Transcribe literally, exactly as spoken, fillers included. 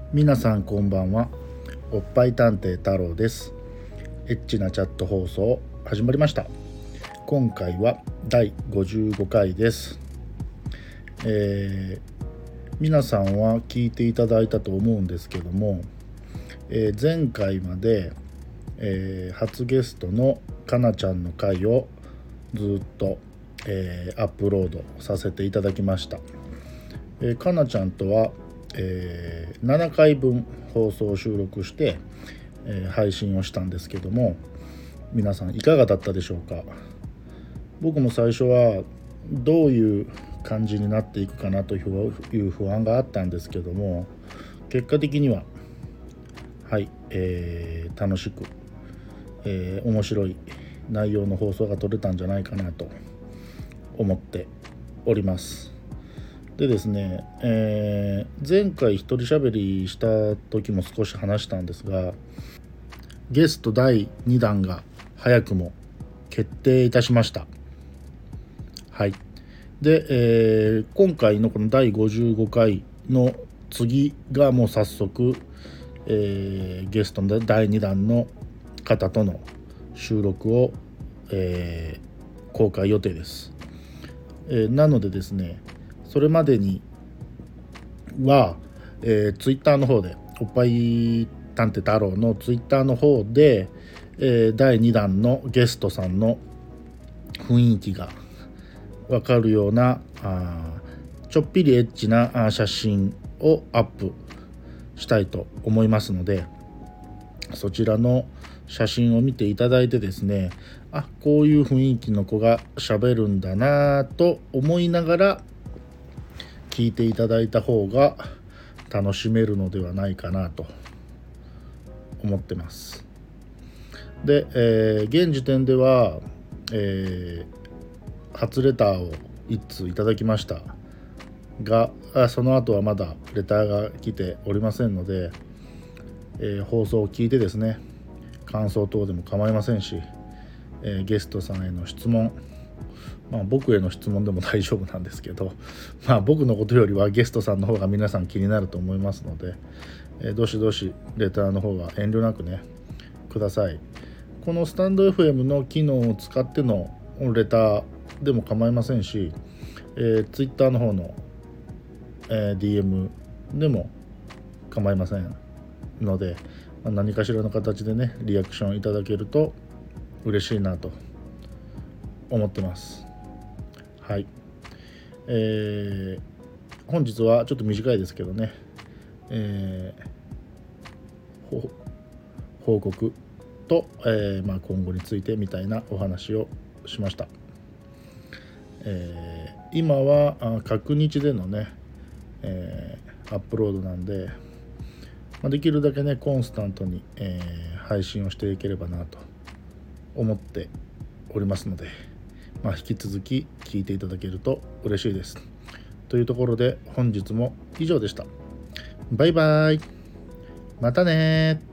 皆さんこんばんは。おっぱい探偵太郎です。エッチなチャット放送始まりました。今回はだいごじゅうごかいです。えー、皆さんは聞いていただいたと思うんですけども、えー、前回まで、えー、初ゲストのかなちゃんの回をずっと、えー、アップロードさせていただきました。えー、かなちゃんとはえー、ななかいぶん放送を収録して、えー、配信をしたんですけども、皆さんいかがだったでしょうか。僕も最初はどういう感じになっていくかなという不安があったんですけども、結果的にははい、えー、楽しく、えー、面白い内容の放送が撮れたんじゃないかなと思っております。でですね、えー、前回一人喋りした時も少し話したんですが、ゲストだいにだんが早くも決定いたしました。はい。で、えー、今回のこのだいごじゅうごかいの次がもう早速、えー、ゲストのだいにだんの方との収録を、えー、公開予定です。えー、なのでですね、それまでには、えー、ツイッターの方でおっぱい探偵太郎のツイッターの方で、えー、だいにだんのゲストさんの雰囲気が分かるようなあちょっぴりエッチな写真をアップしたいと思いますので、そちらの写真を見ていただいてですね、あ、こういう雰囲気の子が喋るんだなと思いながら聞いていただいた方が楽しめるのではないかなと思ってます。で、えー、現時点では、えー、初レターをいっつういただきましたが、その後はまだレターが来ておりませんので、えー、放送を聞いてですね、感想等でも構いませんし、えー、ゲストさんへの質問、まあ、僕への質問でも大丈夫なんですけど、まあ、僕のことよりはゲストさんの方が皆さん気になると思いますので、えー、どしどしレターの方は遠慮なくねください。このスタンド エフエム の機能を使ってのレターでも構いませんし、えー、Twitter の方の、えー、ディーエム でも構いませんので、まあ、何かしらの形でねリアクションいただけると嬉しいなと思ってます。はい、えー、本日はちょっと短いですけどね、えー、報告と、えーまあ、今後についてみたいなお話をしました。えー、今は各日でのね、えー、アップロードなんで、まあ、できるだけねコンスタントに、えー、配信をしていければなと思っておりますので、まあ、引き続き聞いていただけると嬉しいです。というところで本日も以上でした。バイバイ。またね。